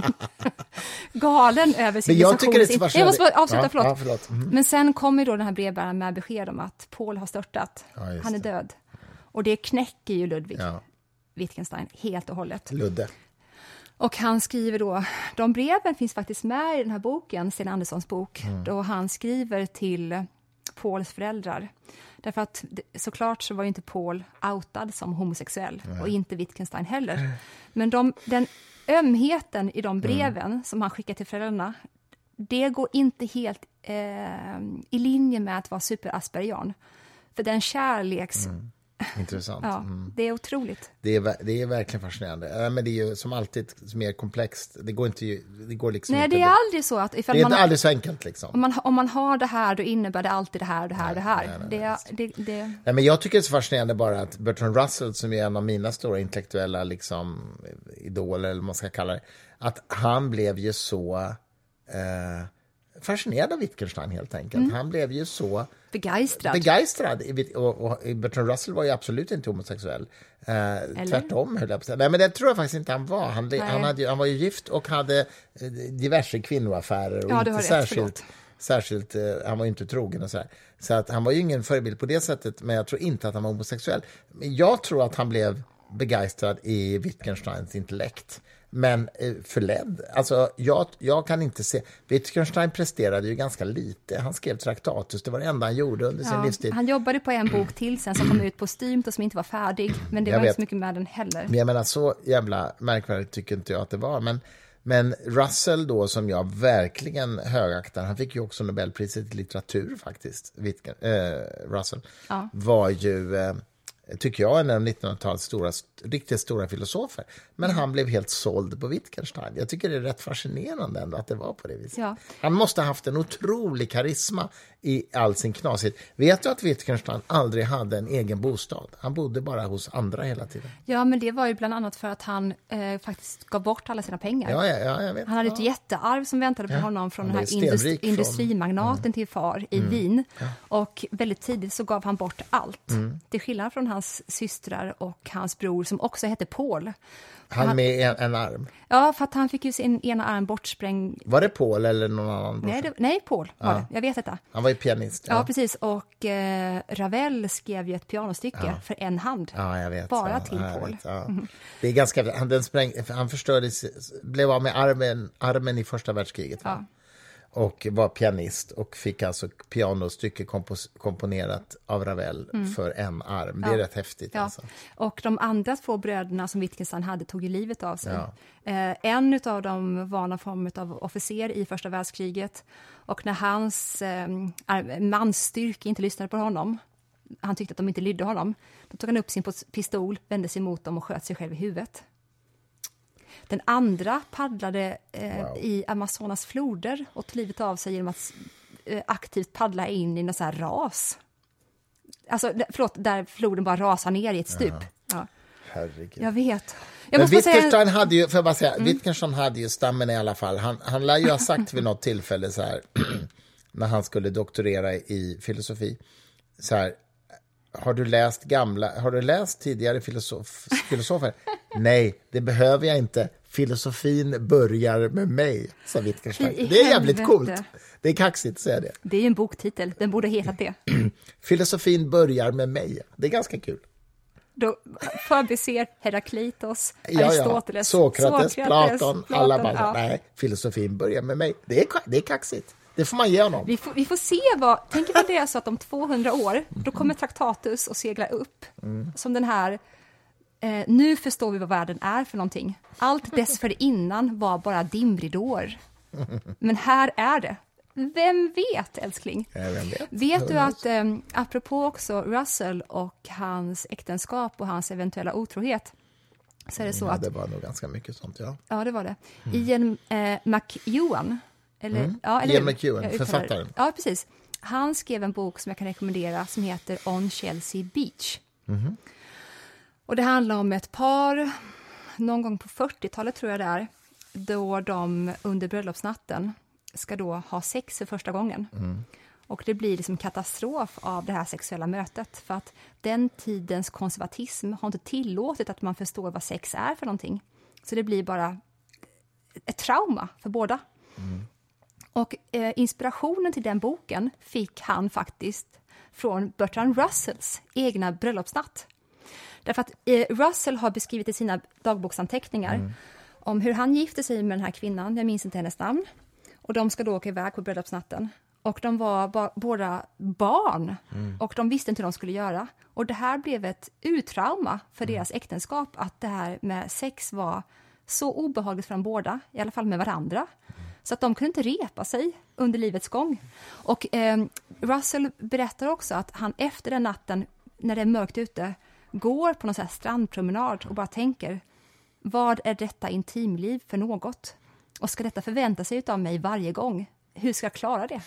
Galen över sin jag tycker det är så jag måste avsluta, ja, förlåt. Ja, förlåt. Mm. Men sen kommer då den här brevbäraren med besked om att Paul har störtat. Ja, han är död. Och det knäcker ju Ludwig ja. Wittgenstein helt och hållet. Ludde. Och han skriver då, de breven finns faktiskt med i den här boken, Sten Anderssons bok, mm. då han skriver till Pauls föräldrar. Därför att såklart så var ju inte Paul outad som homosexuell mm. och inte Wittgenstein heller. Men de, den ömheten i de breven mm. som han skickar till föräldrarna, det går inte helt eh, i linje med att vara superaspergian. För den kärleks... Mm. Intressant. Ja, mm. det är otroligt. Det är, det är verkligen fascinerande. Men det är ju som alltid mer komplext. Det går inte det går liksom Nej, inte det är det. aldrig så att ifall det är man inte aldrig så enkelt liksom. Om man, om man har det här, då innebär det alltid det här, det här, nej, det här. Nej, nej, nej, det, det, det... Nej, men jag tycker det är så fascinerande bara att Bertrand Russell, som är en av mina stora intellektuella liksom idoler, eller vad man ska kalla det, att han blev ju så eh, fascinerad av Wittgenstein helt enkelt. Mm. Han blev ju så begeistrad. Begeistrad. Och, och Bertrand Russell var ju absolut inte homosexuell. Eh, tvärtom höll jag på att säga. Nej, men det tror jag faktiskt inte han var. Han, han, hade, han var ju gift och hade diverse kvinnoaffärer och ja, inte särskilt, särskilt, eh, han var ju inte trogen och så här. Så att han var ju ingen förebild på det sättet, men jag tror inte att han var homosexuell. Men jag tror att han blev begeistrad i Wittgensteins intellekt. Men eh, förledd. Alltså, jag, jag kan inte se... Wittgenstein presterade ju ganska lite. Han skrev Traktatus, det var det enda han gjorde under ja, sin livstid. Han jobbade på en bok till sen som kom ut på Stymt och som inte var färdig. Men det jag var vet. inte så mycket med den heller. Men jag menar, så jävla märkvärdigt tycker inte jag att det var. Men, men Russell då, som jag verkligen högaktar, han fick ju också Nobelpriset i litteratur faktiskt, Wittgen, eh, Russell, ja. var ju... Eh, tycker jag, en av nittonhundratalets stora, riktigt stora filosofer. Men mm. han blev helt såld på Wittgenstein. Jag tycker det är rätt fascinerande ändå att det var på det viset. Ja. Han måste ha haft en otrolig karisma i all sin knasigt. Vet du att Wittgenstein aldrig hade en egen bostad? Han bodde bara hos andra hela tiden. Ja, men det var ju bland annat för att han eh, faktiskt gav bort alla sina pengar. Ja, ja, ja, jag vet. Han hade ja. ett jättearv som väntade på ja. honom från den här industri- industrimagnaten mm. till far i mm. Wien. Ja. Och väldigt tidigt så gav han bort allt. Mm. Till skillnad från hans systrar och hans bror som också hette Paul. Han, han med en, en arm? Ja, för att han fick ju sin ena arm bortsprängd. Var det Paul eller någon annan? Nej, det, nej Paul var ja. det. Jag vet detta. Han var ju pianist. Ja, ja precis. Och eh, Ravel skrev ju ett pianostycke ja. för en hand. Ja, jag vet. Bara ja, till Paul. Vet, ja. mm. Det är ganska... Han, den spräng, han förstördes, blev av med armen, armen i första världskriget. Ja. Och var pianist och fick alltså pianostycke kompos- komponerat av Ravel mm. för en arm. Det är ja. rätt häftigt. Ja. Alltså. Och de andra två bröderna som Wittgenstein hade tog ju livet av sig. Ja. Eh, en av dem var någon form av officer i första världskriget. Och när hans eh, mansstyrka inte lyssnade på honom, han tyckte att de inte lydde honom, då tog han upp sin pistol, vände sig mot dem och sköt sig själv i huvudet. Den andra paddlade eh, wow. i Amazonas floder och tog livet av sig genom att eh, aktivt paddla in i någon så här ras. Alltså, förlåt, där floden bara rasar ner i ett stup. Ja. Herregud. Jag vet. Jag Men Wittgenstein säga... hade ju, för jag bara säga, mm. Wittgenstein hade ju stammen i alla fall. Han, han lär ju ha sagt vid något tillfälle så här, när han skulle doktorera i filosofi, så här: Har du läst gamla, har du läst tidigare filosof, filosofer? Nej, det behöver jag inte. Filosofin börjar med mig, sa Wittgenstein. Det är jävligt coolt. Det är kaxigt, säger jag det. Det är en boktitel, den borde heta det. Filosofin börjar med mig. Det är ganska kul. Då förbiser Heraklitos, ja, Aristoteles, ja. Sokrates, Sokrates, Platon, Platon, alla bara, ja. Nej, filosofin börjar med mig. Det är, det är kaxigt. Det får man ge honom. Vi får, vi får se vad... Tänk om det är så att om tvåhundra år, då kommer Traktatus att segla upp. Mm. Som den här... Eh, nu förstår vi vad världen är för någonting. Allt dessförinnan var bara dimridåer. Men här är det. Vem vet, älskling? Ja, vem vet? Vet du att, eh, apropå också Russell och hans äktenskap och hans eventuella otrohet, så är det så ja, att... det var nog ganska mycket sånt, ja. Ja, det var det. Mm. Ian eh, McEwan... Eller, mm. ja, eller, Ian McEwan, författaren. Ja, precis. Han skrev en bok som jag kan rekommendera som heter On Chelsea Beach. Mm. Och det handlar om ett par, någon gång på fyrtiotalet tror jag det är, då de under bröllopsnatten ska då ha sex för första gången. Mm. Och det blir liksom katastrof av det här sexuella mötet. För att den tidens konservatism har inte tillåtit att man förstår vad sex är för någonting. Så det blir bara ett trauma för båda. Mm. Och eh, inspirationen till den boken fick han faktiskt från Bertrand Russells egna bröllopsnatt. Därför att eh, Russell har beskrivit i sina dagboksanteckningar mm. om hur han gifte sig med den här kvinnan, jag minns inte hennes namn. Och de ska då åka iväg på bröllopsnatten. Och de var ba- båda barn mm. och de visste inte hur de skulle göra. Och det här blev ett uttrauma för mm. deras äktenskap, att det här med sex var så obehagligt för dem båda, i alla fall med varandra. Mm. Så att de kunde inte repa sig under livets gång. Och eh, Russell berättar också att han efter den natten, när det är mörkt ute, går på någon sån här strandpromenad och bara tänker, vad är detta intimliv för något? Och ska detta förvänta sig av mig varje gång? Hur ska jag klara det?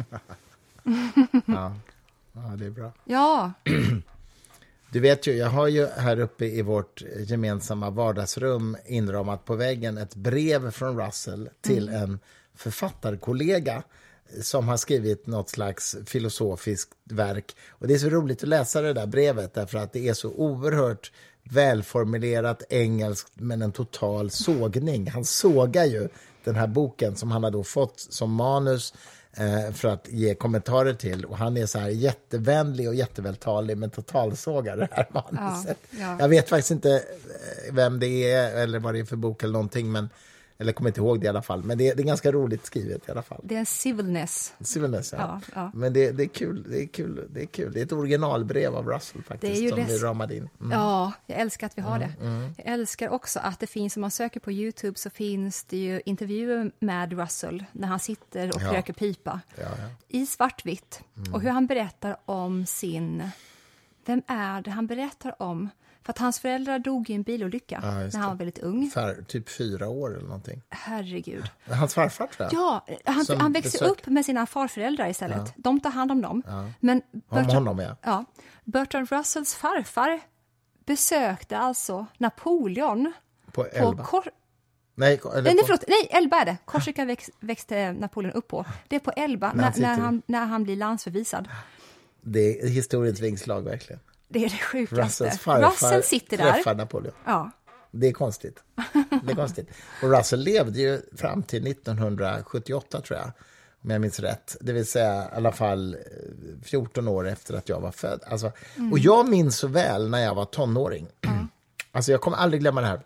ja. ja, det är bra. Ja. Du vet ju, jag har ju här uppe i vårt gemensamma vardagsrum inramat på väggen ett brev från Russell till mm. en författarkollega som har skrivit något slags filosofiskt verk. Och det är så roligt att läsa det där brevet därför att det är så oerhört välformulerat engelskt men en total sågning. Han sågar ju den här boken som han har då fått som manus eh, för att ge kommentarer till. Och han är så här jättevänlig och jättevältalig, men totalsågar det här manuset. Ja, ja. Jag vet faktiskt inte vem det är eller vad det är för bok eller någonting, men eller kommer inte ihåg det i alla fall. Men det är, det är ganska roligt skrivet i alla fall. Det är en civilness. Civilness, ja. ja, ja. Men det, det är kul, det är kul, det är kul. Det är ett originalbrev av Russell faktiskt, det är ju som vi ramade in. Mm. Ja, jag älskar att vi har mm, det. Mm. Jag älskar också att det finns, om man söker på YouTube så finns det ju intervjuer med Russell när han sitter och ja. röker pipa. Ja, ja. I svartvitt. Mm. Och hur han berättar om sin... Vem är det han berättar om? För att hans föräldrar dog i en bilolycka ja, när han var väldigt ung. För, typ fyra år eller någonting. Herregud. Hans farfar tror jag. Ja, han, han växer besök. upp med sina farföräldrar istället. Ja. De tar hand om dem. Ja. Men Bertrand, om honom, ja. ja. Bertrand Russells farfar besökte alltså Napoleon. På Elba? På Kor- nej, eller nej, på... förlåt, nej, Elba är det. Korsika väx, växte Napoleon upp på. Det är på Elba när, när, när, han, när han blir landsförvisad. Det är historiens vingslag verkligen. Det är det sjukaste. Russells farfar Russell sitter där. Träffar Napoleon. Ja. Det är konstigt. Det är konstigt. Och Russell levde ju fram till nittonhundrasjuttioåtta tror jag. Om jag minns rätt. Det vill säga i alla fall fjorton år efter att jag var född. Alltså, mm. Och jag minns så väl när jag var tonåring. Mm. Alltså jag kommer aldrig glömma det här.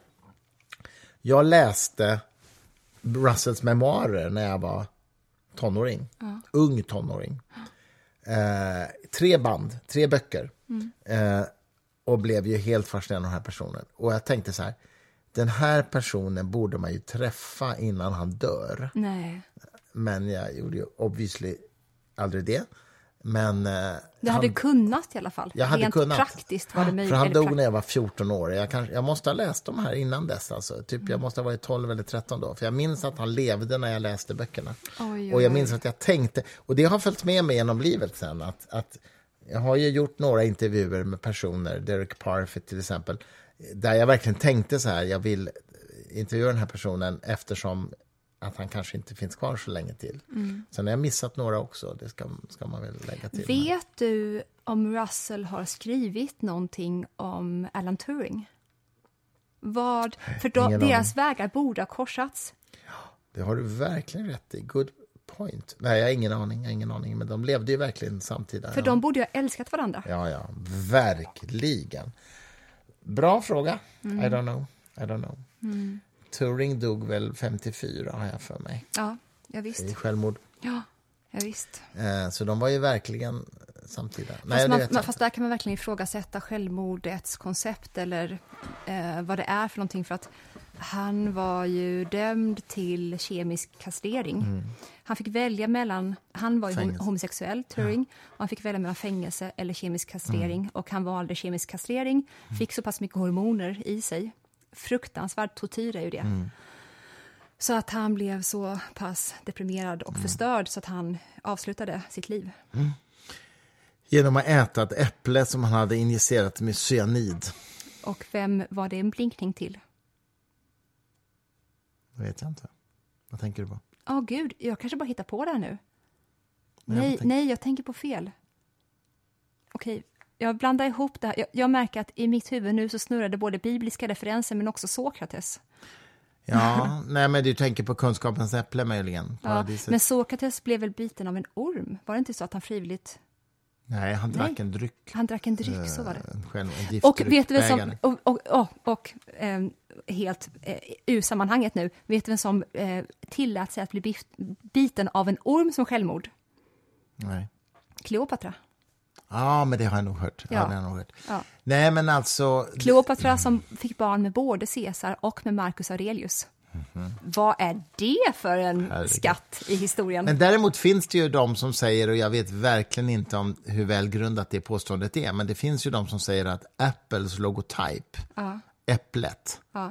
Jag läste Russells memoarer när jag var tonåring. Mm. Ung tonåring. Eh, tre band, tre böcker. Mm. Eh, och blev ju helt fascinerad av den här personen. Och jag tänkte så här, den här personen borde man ju träffa innan han dör. Nej. Men jag gjorde ju obviously aldrig det. Men eh, du hade han, kunnat i alla fall. Jag hade Rent kunnat. Praktiskt var det möjligt. För han dog när jag var fjorton år. Jag, kanske, jag måste ha läst de här innan dess. Alltså. Typ, mm. Jag måste ha varit tolv eller tretton då. För jag minns att han levde när jag läste böckerna. Oj, oj. Och jag minns att jag tänkte, och det har följt med mig genom livet sen, att, att jag har ju gjort några intervjuer med personer, Derek Parfit till exempel, där jag verkligen tänkte så här, jag vill intervjua den här personen eftersom att han kanske inte finns kvar så länge till. Mm. Sen har jag missat några också, det ska, ska man väl lägga till. Vet men... du om Russell har skrivit någonting om Alan Turing? Vad, för då, deras vägar borde ha korsats. Ja, det har du verkligen rätt i. Good point. Nej, jag har ingen aning, jag har ingen aning, men de levde ju verkligen samtida. För ja. de borde ju ha älskat varandra. Ja, ja, verkligen. Bra fråga. Mm. I don't know. I don't know. Mm. Turing dog väl femtiofyra har jag för mig. Ja, jag visst. I självmord. Ja, jag visst. Eh, så de var ju verkligen samtida. Fast, Nej, man, man, fast där kan man verkligen ifrågasätta självmordets koncept eller eh, vad det är för någonting, för att han var ju dömd till kemisk kastrering. Mm. Han fick välja mellan, han var ju fängelse. homosexuell, Turing, ja. och han fick välja mellan fängelse eller kemisk kastrering. Mm. Och han valde kemisk kastrering, mm. fick så pass mycket hormoner i sig. Fruktansvärd tortyr är ju det. Mm. Så att han blev så pass deprimerad och mm. förstörd så att han avslutade sitt liv. Mm. Genom att äta ett äpple som han hade injicerat med cyanid. Och vem var det en blinkning till? Det vet jag inte. Vad tänker du på? Åh oh, gud, jag kanske bara hittar på det här nu. Nej, nej, jag, tänk... nej jag tänker på fel. Okej, jag blandar ihop det här. Jag, jag märker att i mitt huvud nu så snurrade både bibliska referenser men också Sokrates. Ja, nej men du tänker på kunskapens äpple möjligen. Ja, men Sokrates blev väl biten av en orm? Var det inte så att han frivilligt... Nej, han drack Nej. en dryck. Han drack en dryck, så var det. En själv, en och vet du vem som... Och, och, och, och eh, helt eh, ur sammanhanget nu. Vet du vem som eh, tillät sig att bli bift, biten av en orm som självmord? Nej. Kleopatra. Ja, men det har jag nog hört. Ja. Ja, det har jag nog hört. Ja. Nej, men alltså... Kleopatra som fick barn med både Caesar och med Marcus Aurelius. Mm-hmm. Vad är det för en Herregud. skatt i historien? Men däremot finns det ju de som säger, och jag vet verkligen inte om hur välgrundat det påståendet är, men det finns ju de som säger att Apples logotyp, ja. äpplet, ja.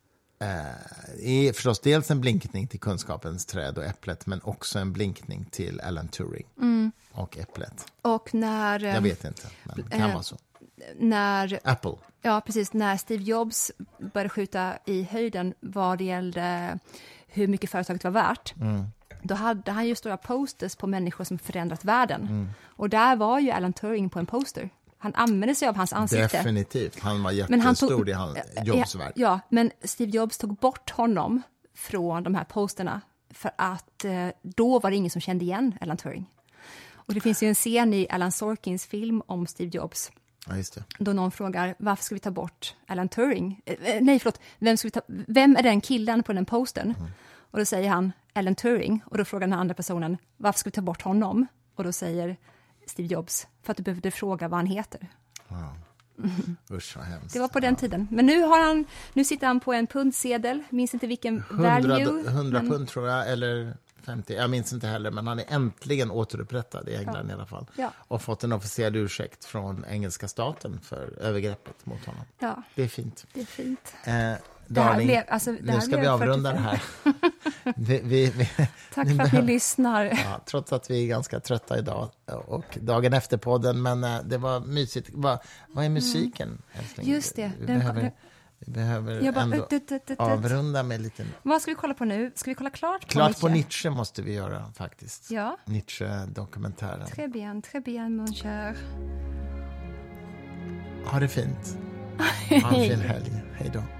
är förstås dels en blinkning till kunskapens träd och äpplet, men också en blinkning till Alan Turing mm. och äpplet. Och när... Jag vet inte, men det kan äh, vara så. När... Apple. Ja, precis. När Steve Jobs började skjuta i höjden vad det gällde hur mycket företaget var värt, mm. då hade han ju stora posters på människor som förändrat världen. Mm. Och där var ju Alan Turing på en poster. Han använde sig av hans ansikte. Definitivt. Han var jättestor men han tog, i hans Jobs värld. Ja, men Steve Jobs tog bort honom från de här posterna för att eh, då var det ingen som kände igen Alan Turing. Och det finns ju en scen i Alan Sorkins film om Steve Jobs. Ja, just det. Då någon frågar, varför ska vi ta bort Alan Turing? Eh, nej, förlåt, vem, ska vi ta, vem är den killen på den posten? Mm. Och då säger han Alan Turing. Och då frågar den andra personen, varför ska vi ta bort honom? Och då säger Steve Jobs, för att du behövde fråga vad han heter. Wow. Mm. Usch, vad hemskt. Det var på den ja. tiden. Men nu, har han, nu sitter han på en pundsedel, minns inte vilken value. hundra men... pund tror jag, eller femtio, jag minns inte heller, men han är äntligen återupprättad i England ja. i alla fall. Ja. Och fått en officiell ursäkt från engelska staten för övergreppet mot honom. Ja. Det är fint. Det är fint. Eh, Darling, blev, alltså, nu ska vi avrunda det här. vi, vi, vi, Tack för att ni lyssnar. Ja, trots att vi är ganska trötta idag och dagen efter podden, men äh, det var mysigt. Vad, vad är musiken? Mm. Just det. Vi den, behöver, vi behöver bara, ändå ut, ut, ut, avrunda med lite... Vad ska vi kolla på nu? Ska vi kolla klart på Klart Nietzsche? på Nietzsche måste vi göra faktiskt. Ja. Nietzsche-dokumentären. Très bien, très bien, mon cher. Ha det fint. Ha en fin helg. Hej då.